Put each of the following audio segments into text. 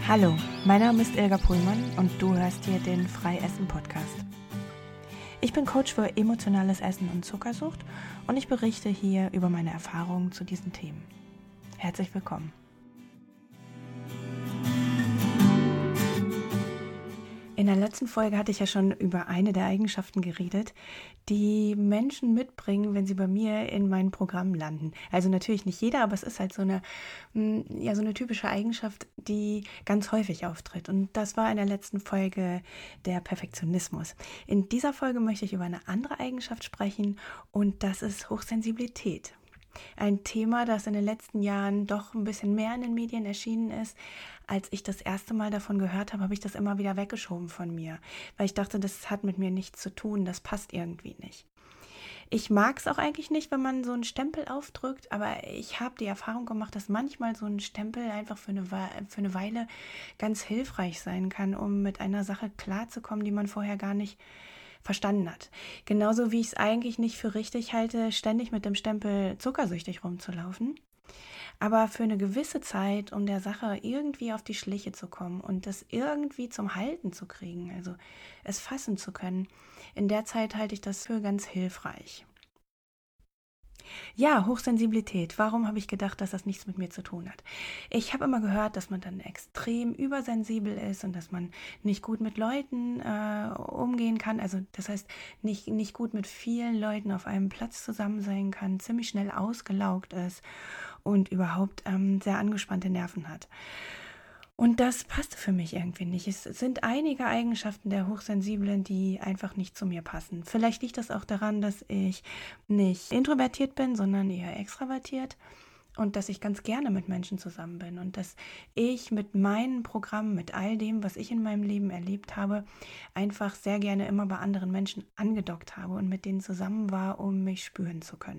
Hallo, mein Name ist Ilga Pullmann und du hörst hier den Frei-Essen-Podcast. Ich bin Coach für emotionales Essen und Zuckersucht und ich berichte hier über meine Erfahrungen zu diesen Themen. Herzlich willkommen. In der letzten Folge hatte ich ja schon über eine der Eigenschaften geredet, die Menschen mitbringen, wenn sie bei mir in meinem Programm landen. Also natürlich nicht jeder, aber es ist halt so eine typische Eigenschaft, die ganz häufig auftritt. Und das war in der letzten Folge der Perfektionismus. In dieser Folge möchte ich über eine andere Eigenschaft sprechen und das ist Hochsensibilität. Ein Thema, das in den letzten Jahren doch ein bisschen mehr in den Medien erschienen ist. Als ich das erste Mal davon gehört habe, habe ich das immer wieder weggeschoben von mir, weil ich dachte, das hat mit mir nichts zu tun, das passt irgendwie nicht. Ich mag es auch eigentlich nicht, wenn man so einen Stempel aufdrückt, aber ich habe die Erfahrung gemacht, dass manchmal so ein Stempel einfach für eine Weile ganz hilfreich sein kann, um mit einer Sache klarzukommen, die man vorher gar nicht verstanden hat. Genauso wie ich es eigentlich nicht für richtig halte, ständig mit dem Stempel zuckersüchtig rumzulaufen. Aber für eine gewisse Zeit, um der Sache irgendwie auf die Schliche zu kommen und das irgendwie zum Halten zu kriegen, also es fassen zu können, in der Zeit halte ich das für ganz hilfreich. Ja, Hochsensibilität. Warum habe ich gedacht, dass das nichts mit mir zu tun hat? Ich habe immer gehört, dass man dann extrem übersensibel ist und dass man nicht gut mit Leuten umgehen kann. Also das heißt, nicht gut mit vielen Leuten auf einem Platz zusammen sein kann, ziemlich schnell ausgelaugt ist und überhaupt sehr angespannte Nerven hat. Und das passte für mich irgendwie nicht. Es sind einige Eigenschaften der Hochsensiblen, die einfach nicht zu mir passen. Vielleicht liegt das auch daran, dass ich nicht introvertiert bin, sondern eher extravertiert und dass ich ganz gerne mit Menschen zusammen bin und dass ich mit meinem Programm, mit all dem, was ich in meinem Leben erlebt habe, einfach sehr gerne immer bei anderen Menschen angedockt habe und mit denen zusammen war, um mich spüren zu können.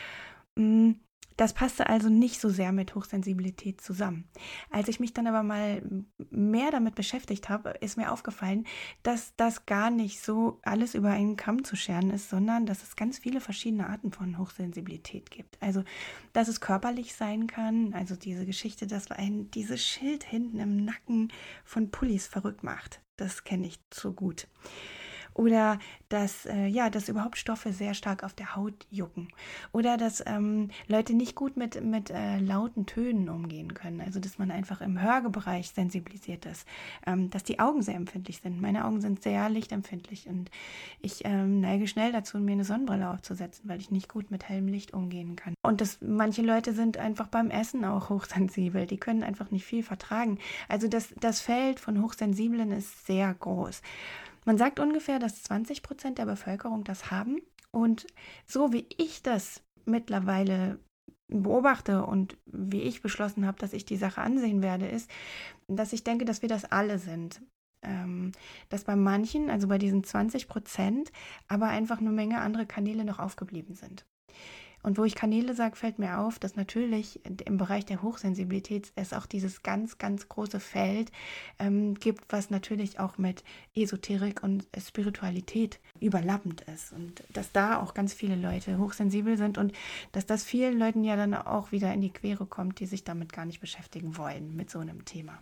Das passte also nicht so sehr mit Hochsensibilität zusammen. Als ich mich dann aber mal mehr damit beschäftigt habe, ist mir aufgefallen, dass das gar nicht so alles über einen Kamm zu scheren ist, sondern dass es ganz viele verschiedene Arten von Hochsensibilität gibt. Also, dass es körperlich sein kann, also diese Geschichte, dass einen dieses Schild hinten im Nacken von Pullis verrückt macht. Das kenne ich so gut. Oder dass überhaupt Stoffe sehr stark auf der Haut jucken. Oder dass Leute nicht gut mit lauten Tönen umgehen können. Also dass man einfach im Hörbereich sensibilisiert ist. Dass die Augen sehr empfindlich sind. Meine Augen sind sehr lichtempfindlich und ich neige schnell dazu, mir eine Sonnenbrille aufzusetzen, weil ich nicht gut mit hellem Licht umgehen kann. Und manche Leute sind einfach beim Essen auch hochsensibel. Die können einfach nicht viel vertragen. Also das Feld von Hochsensiblen ist sehr groß. Man sagt ungefähr, dass 20% der Bevölkerung das haben. Und so wie ich das mittlerweile beobachte und wie ich beschlossen habe, dass ich die Sache ansehen werde, ist, dass ich denke, dass wir das alle sind. Dass bei manchen, also bei diesen 20%, aber einfach eine Menge andere Kanäle noch aufgeblieben sind. Und wo ich Kanäle sage, fällt mir auf, dass natürlich im Bereich der Hochsensibilität es auch dieses ganz, ganz große Feld gibt, was natürlich auch mit Esoterik und Spiritualität überlappend ist. Und dass da auch ganz viele Leute hochsensibel sind und dass das vielen Leuten ja dann auch wieder in die Quere kommt, die sich damit gar nicht beschäftigen wollen, mit so einem Thema.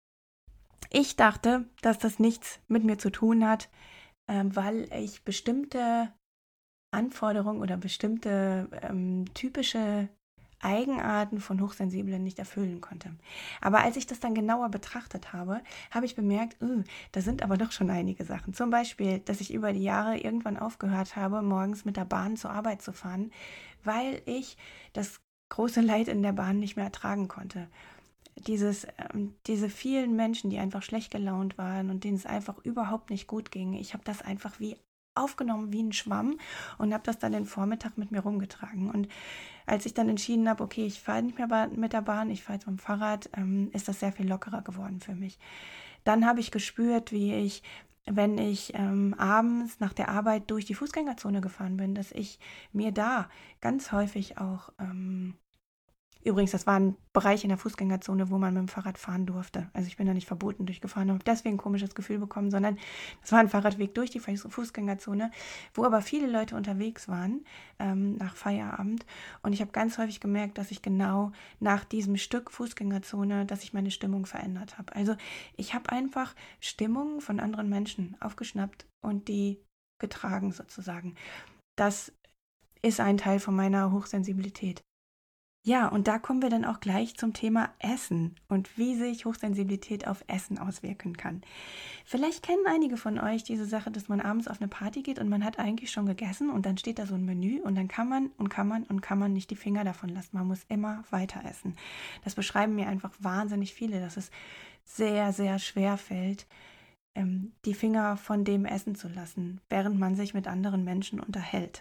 Ich dachte, dass das nichts mit mir zu tun hat, weil ich bestimmte Anforderungen oder bestimmte typische Eigenarten von Hochsensiblen nicht erfüllen konnte. Aber als ich das dann genauer betrachtet habe, habe ich bemerkt, da sind aber doch schon einige Sachen. Zum Beispiel, dass ich über die Jahre irgendwann aufgehört habe, morgens mit der Bahn zur Arbeit zu fahren, weil ich das große Leid in der Bahn nicht mehr ertragen konnte. Diese vielen Menschen, die einfach schlecht gelaunt waren und denen es einfach überhaupt nicht gut ging, ich habe das einfach wie aufgenommen wie ein Schwamm und habe das dann den Vormittag mit mir rumgetragen. Und als ich dann entschieden habe, okay, ich fahre nicht mehr mit der Bahn, ich fahre jetzt mit dem Fahrrad, ist das sehr viel lockerer geworden für mich. Dann habe ich gespürt, wie ich, wenn ich abends nach der Arbeit durch die Fußgängerzone gefahren bin, dass ich mir da ganz häufig auch Übrigens, das war ein Bereich in der Fußgängerzone, wo man mit dem Fahrrad fahren durfte. Also ich bin da nicht verboten durchgefahren und habe deswegen ein komisches Gefühl bekommen, sondern das war ein Fahrradweg durch die Fußgängerzone, wo aber viele Leute unterwegs waren nach Feierabend. Und ich habe ganz häufig gemerkt, dass ich genau nach diesem Stück Fußgängerzone, dass ich meine Stimmung verändert habe. Also ich habe einfach Stimmungen von anderen Menschen aufgeschnappt und die getragen sozusagen. Das ist ein Teil von meiner Hochsensibilität. Ja, und da kommen wir dann auch gleich zum Thema Essen und wie sich Hochsensibilität auf Essen auswirken kann. Vielleicht kennen einige von euch diese Sache, dass man abends auf eine Party geht und man hat eigentlich schon gegessen und dann steht da so ein Menü und dann kann man nicht die Finger davon lassen. Man muss immer weiter essen. Das beschreiben mir einfach wahnsinnig viele, dass es sehr, sehr schwer fällt, die Finger von dem essen zu lassen, während man sich mit anderen Menschen unterhält.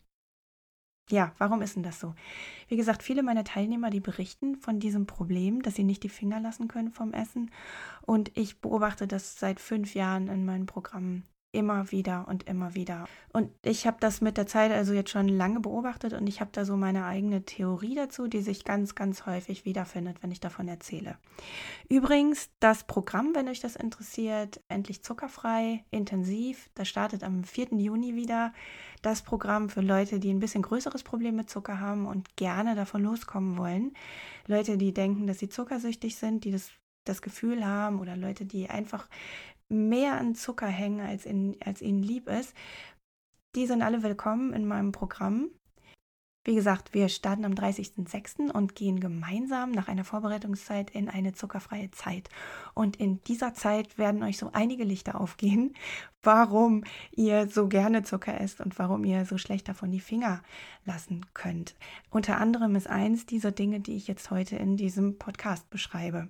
Ja, warum ist denn das so? Wie gesagt, viele meiner Teilnehmer, die berichten von diesem Problem, dass sie nicht die Finger lassen können vom Essen. Und ich beobachte das seit 5 Jahren in meinen Programmen immer wieder und immer wieder. Und ich habe das mit der Zeit also jetzt schon lange beobachtet und ich habe da so meine eigene Theorie dazu, die sich ganz, ganz häufig wiederfindet, wenn ich davon erzähle. Übrigens, das Programm, wenn euch das interessiert, endlich zuckerfrei, intensiv, das startet am 4. Juni wieder. Das Programm für Leute, die ein bisschen größeres Problem mit Zucker haben und gerne davon loskommen wollen. Leute, die denken, dass sie zuckersüchtig sind, die das Gefühl haben oder Leute, die einfach mehr an Zucker hängen, als ihnen lieb ist. Die sind alle willkommen in meinem Programm. Wie gesagt, wir starten am 30.06. und gehen gemeinsam nach einer Vorbereitungszeit in eine zuckerfreie Zeit. Und in dieser Zeit werden euch so einige Lichter aufgehen, warum ihr so gerne Zucker esst und warum ihr so schlecht davon die Finger lassen könnt. Unter anderem ist eins dieser Dinge, die ich jetzt heute in diesem Podcast beschreibe.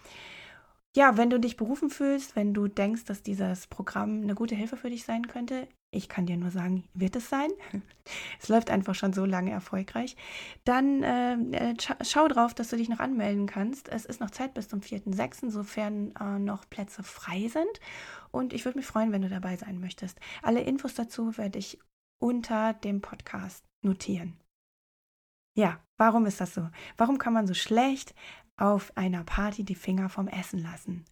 Ja, wenn du dich berufen fühlst, wenn du denkst, dass dieses Programm eine gute Hilfe für dich sein könnte, ich kann dir nur sagen, wird es sein. Es läuft einfach schon so lange erfolgreich. Dann schau drauf, dass du dich noch anmelden kannst. Es ist noch Zeit bis zum 4.6., sofern noch Plätze frei sind. Und ich würde mich freuen, wenn du dabei sein möchtest. Alle Infos dazu werde ich unter dem Podcast notieren. Ja, warum ist das so? Warum kann man so schlecht auf einer Party die Finger vom Essen lassen?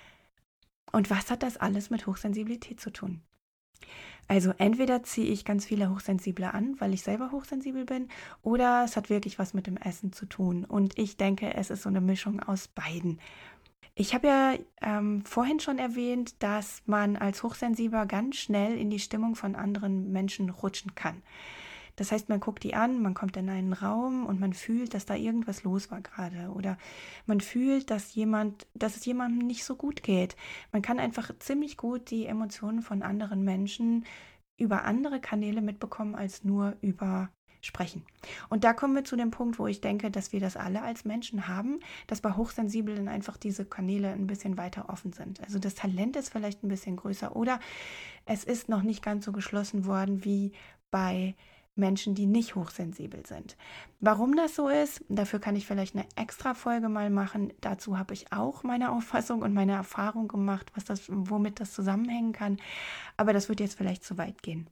Und was hat das alles mit Hochsensibilität zu tun? Also entweder ziehe ich ganz viele Hochsensible an, weil ich selber hochsensibel bin, oder es hat wirklich was mit dem Essen zu tun. Und ich denke, es ist so eine Mischung aus beiden. Ich habe ja vorhin schon erwähnt, dass man als Hochsensibler ganz schnell in die Stimmung von anderen Menschen rutschen kann. Das heißt, man guckt die an, man kommt in einen Raum und man fühlt, dass da irgendwas los war gerade. Oder man fühlt, dass es jemandem nicht so gut geht. Man kann einfach ziemlich gut die Emotionen von anderen Menschen über andere Kanäle mitbekommen, als nur über Sprechen. Und da kommen wir zu dem Punkt, wo ich denke, dass wir das alle als Menschen haben, dass bei Hochsensiblen einfach diese Kanäle ein bisschen weiter offen sind. Also das Talent ist vielleicht ein bisschen größer oder es ist noch nicht ganz so geschlossen worden wie bei Menschen, die nicht hochsensibel sind. Warum das so ist, dafür kann ich vielleicht eine extra Folge mal machen. Dazu habe ich auch meine Auffassung und meine Erfahrung gemacht, womit das zusammenhängen kann. Aber das wird jetzt vielleicht zu weit gehen.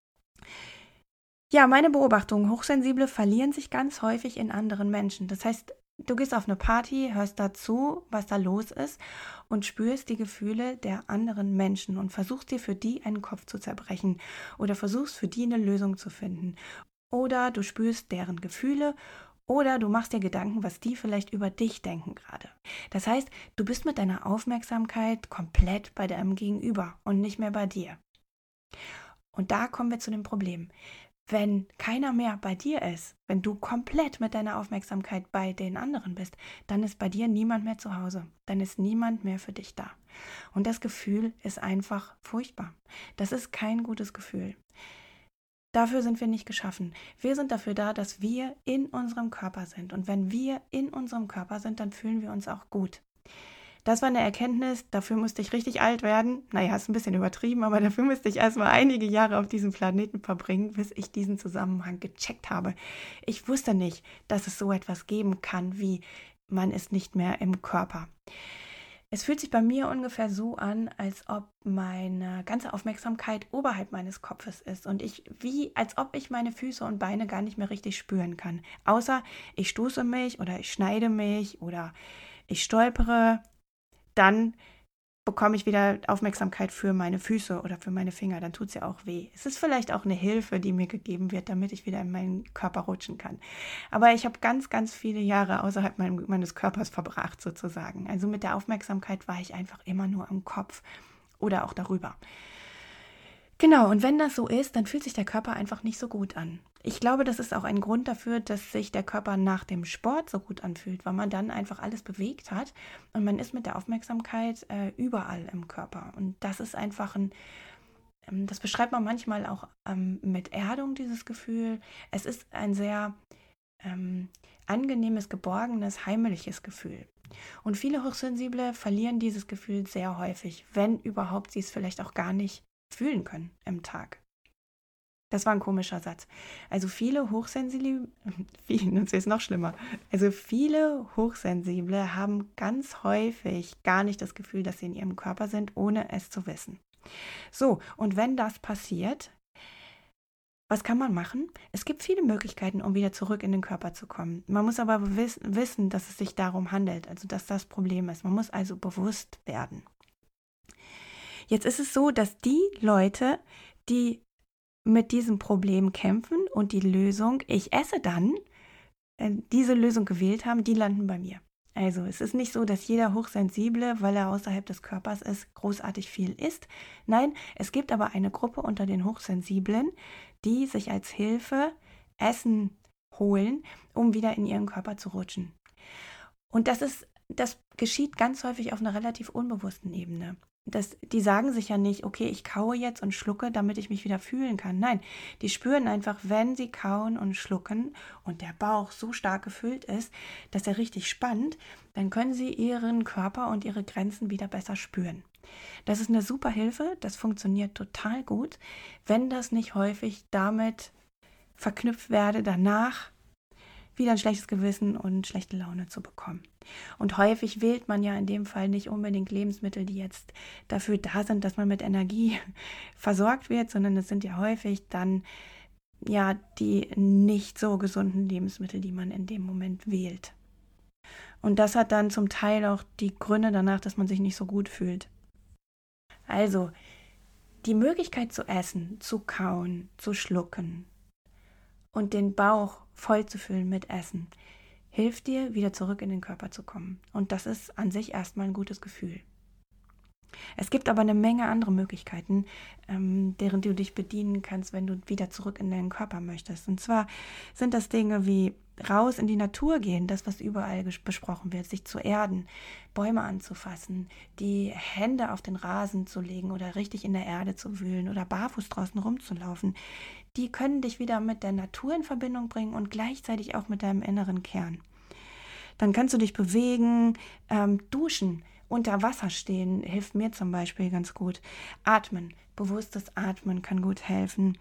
Ja, meine Beobachtung, Hochsensible verlieren sich ganz häufig in anderen Menschen. Das heißt, du gehst auf eine Party, hörst dazu, was da los ist und spürst die Gefühle der anderen Menschen und versuchst dir für die einen Kopf zu zerbrechen oder versuchst für die eine Lösung zu finden. Oder du spürst deren Gefühle oder du machst dir Gedanken, was die vielleicht über dich denken gerade. Das heißt, du bist mit deiner Aufmerksamkeit komplett bei deinem Gegenüber und nicht mehr bei dir. Und da kommen wir zu dem Problem. Wenn keiner mehr bei dir ist, wenn du komplett mit deiner Aufmerksamkeit bei den anderen bist, dann ist bei dir niemand mehr zu Hause. Dann ist niemand mehr für dich da. Und das Gefühl ist einfach furchtbar. Das ist kein gutes Gefühl. Dafür sind wir nicht geschaffen. Wir sind dafür da, dass wir in unserem Körper sind. Und wenn wir in unserem Körper sind, dann fühlen wir uns auch gut. Das war eine Erkenntnis, dafür musste ich richtig alt werden. Naja, ist ein bisschen übertrieben, aber dafür musste ich erstmal einige Jahre auf diesem Planeten verbringen, bis ich diesen Zusammenhang gecheckt habe. Ich wusste nicht, dass es so etwas geben kann, wie man ist nicht mehr im Körper. Es fühlt sich bei mir ungefähr so an, als ob meine ganze Aufmerksamkeit oberhalb meines Kopfes ist und als ob ich meine Füße und Beine gar nicht mehr richtig spüren kann. Außer ich stoße mich oder ich schneide mich oder ich stolpere, dann bekomme ich wieder Aufmerksamkeit für meine Füße oder für meine Finger, dann tut es ja auch weh. Es ist vielleicht auch eine Hilfe, die mir gegeben wird, damit ich wieder in meinen Körper rutschen kann. Aber ich habe ganz, ganz viele Jahre außerhalb meines Körpers verbracht sozusagen. Also mit der Aufmerksamkeit war ich einfach immer nur im Kopf oder auch darüber. Genau, und wenn das so ist, dann fühlt sich der Körper einfach nicht so gut an. Ich glaube, das ist auch ein Grund dafür, dass sich der Körper nach dem Sport so gut anfühlt, weil man dann einfach alles bewegt hat und man ist mit der Aufmerksamkeit überall im Körper. Und das ist einfach das beschreibt man manchmal auch mit Erdung, dieses Gefühl. Es ist ein sehr angenehmes, geborgenes, heimliches Gefühl. Und viele Hochsensible verlieren dieses Gefühl sehr häufig, wenn überhaupt sie es vielleicht auch gar nicht fühlen können im Tag. Das war ein komischer Satz. Also viele Hochsensible, das ist noch schlimmer. Also viele Hochsensible haben ganz häufig gar nicht das Gefühl, dass sie in ihrem Körper sind, ohne es zu wissen. So, und wenn das passiert, was kann man machen? Es gibt viele Möglichkeiten, um wieder zurück in den Körper zu kommen. Man muss aber wissen, dass es sich darum handelt, also dass das Problem ist. Man muss also bewusst werden. Jetzt ist es so, dass die Leute, die mit diesem Problem kämpfen und die Lösung, ich esse dann, diese Lösung gewählt haben, die landen bei mir. Also es ist nicht so, dass jeder Hochsensible, weil er außerhalb des Körpers ist, großartig viel isst. Nein, es gibt aber eine Gruppe unter den Hochsensiblen, die sich als Hilfe Essen holen, um wieder in ihren Körper zu rutschen. Und das geschieht ganz häufig auf einer relativ unbewussten Ebene. Die sagen sich ja nicht, okay, ich kaue jetzt und schlucke, damit ich mich wieder fühlen kann. Nein, die spüren einfach, wenn sie kauen und schlucken und der Bauch so stark gefüllt ist, dass er richtig spannt, dann können sie ihren Körper und ihre Grenzen wieder besser spüren. Das ist eine super Hilfe, das funktioniert total gut, wenn das nicht häufig damit verknüpft werde, danach wieder ein schlechtes Gewissen und schlechte Laune zu bekommen. Und häufig wählt man ja in dem Fall nicht unbedingt Lebensmittel, die jetzt dafür da sind, dass man mit Energie versorgt wird, sondern es sind ja häufig dann ja die nicht so gesunden Lebensmittel, die man in dem Moment wählt. Und das hat dann zum Teil auch die Gründe danach, dass man sich nicht so gut fühlt. Also, die Möglichkeit zu essen, zu kauen, zu schlucken und den Bauch voll zu füllen mit Essen, hilft dir, wieder zurück in den Körper zu kommen. Und das ist an sich erstmal ein gutes Gefühl. Es gibt aber eine Menge andere Möglichkeiten, deren du dich bedienen kannst, wenn du wieder zurück in deinen Körper möchtest. Und zwar sind das Dinge wie raus in die Natur gehen, das, was überall besprochen wird, sich zu erden, Bäume anzufassen, die Hände auf den Rasen zu legen oder richtig in der Erde zu wühlen oder barfuß draußen rumzulaufen. Die können dich wieder mit der Natur in Verbindung bringen und gleichzeitig auch mit deinem inneren Kern. Dann kannst du dich bewegen, duschen, unter Wasser stehen, hilft mir zum Beispiel ganz gut. Atmen, bewusstes Atmen kann gut helfen.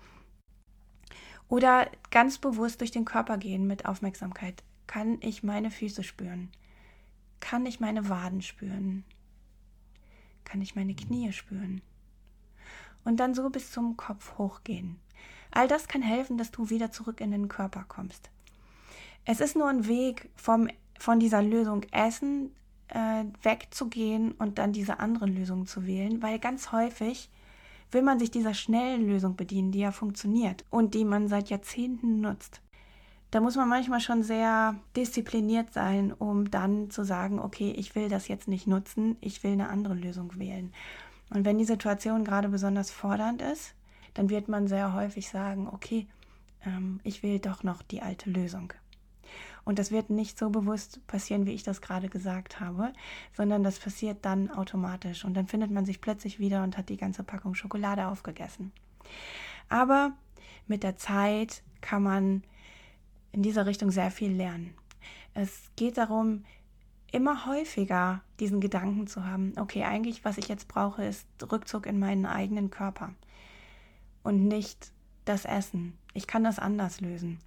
Oder ganz bewusst durch den Körper gehen mit Aufmerksamkeit. Kann ich meine Füße spüren? Kann ich meine Waden spüren? Kann ich meine Knie spüren? Und dann so bis zum Kopf hochgehen. All das kann helfen, dass du wieder zurück in den Körper kommst. Es ist nur ein Weg von dieser Lösung Essen wegzugehen und dann diese anderen Lösungen zu wählen, weil ganz häufig will man sich dieser schnellen Lösung bedienen, die ja funktioniert und die man seit Jahrzehnten nutzt. Da muss man manchmal schon sehr diszipliniert sein, um dann zu sagen, okay, ich will das jetzt nicht nutzen, ich will eine andere Lösung wählen. Und wenn die Situation gerade besonders fordernd ist, dann wird man sehr häufig sagen, okay, ich will doch noch die alte Lösung. Und das wird nicht so bewusst passieren, wie ich das gerade gesagt habe, sondern das passiert dann automatisch. Und dann findet man sich plötzlich wieder und hat die ganze Packung Schokolade aufgegessen. Aber mit der Zeit kann man in dieser Richtung sehr viel lernen. Es geht darum, immer häufiger diesen Gedanken zu haben, okay, eigentlich, was ich jetzt brauche, ist Rückzug in meinen eigenen Körper und nicht das Essen. Ich kann das anders lösen.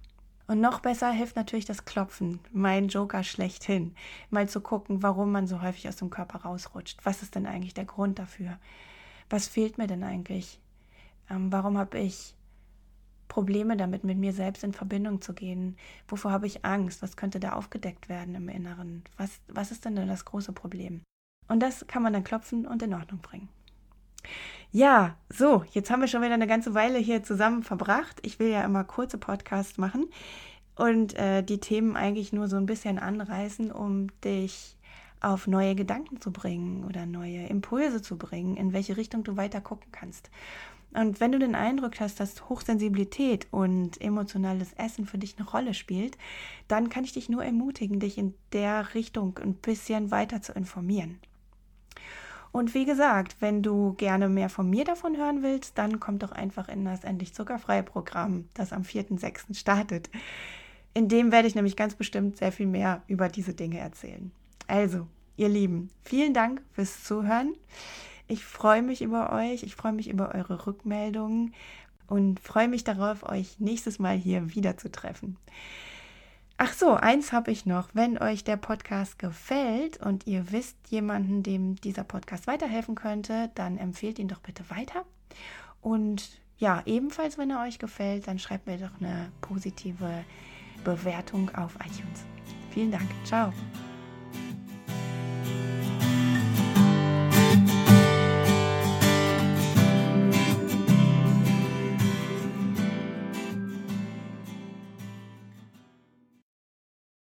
Und noch besser hilft natürlich das Klopfen, mein Joker schlechthin. Mal zu gucken, warum man so häufig aus dem Körper rausrutscht. Was ist denn eigentlich der Grund dafür? Was fehlt mir denn eigentlich? Warum habe ich Probleme damit, mit mir selbst in Verbindung zu gehen? Wovor habe ich Angst? Was könnte da aufgedeckt werden im Inneren? Was ist denn das große Problem? Und das kann man dann klopfen und in Ordnung bringen. Ja, so, jetzt haben wir schon wieder eine ganze Weile hier zusammen verbracht. Ich will ja immer kurze Podcasts machen und die Themen eigentlich nur so ein bisschen anreißen, um dich auf neue Gedanken zu bringen oder neue Impulse zu bringen, in welche Richtung du weiter gucken kannst. Und wenn du den Eindruck hast, dass Hochsensibilität und emotionales Essen für dich eine Rolle spielt, dann kann ich dich nur ermutigen, dich in der Richtung ein bisschen weiter zu informieren. Und wie gesagt, wenn du gerne mehr von mir davon hören willst, dann komm doch einfach in das Endlich Zuckerfreie Programm, das am 4.6. startet. In dem werde ich nämlich ganz bestimmt sehr viel mehr über diese Dinge erzählen. Also, ihr Lieben, vielen Dank fürs Zuhören. Ich freue mich über euch, ich freue mich über eure Rückmeldungen und freue mich darauf, euch nächstes Mal hier wieder zu treffen. Ach so, eins habe ich noch. Wenn euch der Podcast gefällt und ihr wisst jemanden, dem dieser Podcast weiterhelfen könnte, dann empfehlt ihn doch bitte weiter. Und ja, ebenfalls, wenn er euch gefällt, dann schreibt mir doch eine positive Bewertung auf iTunes. Vielen Dank. Ciao.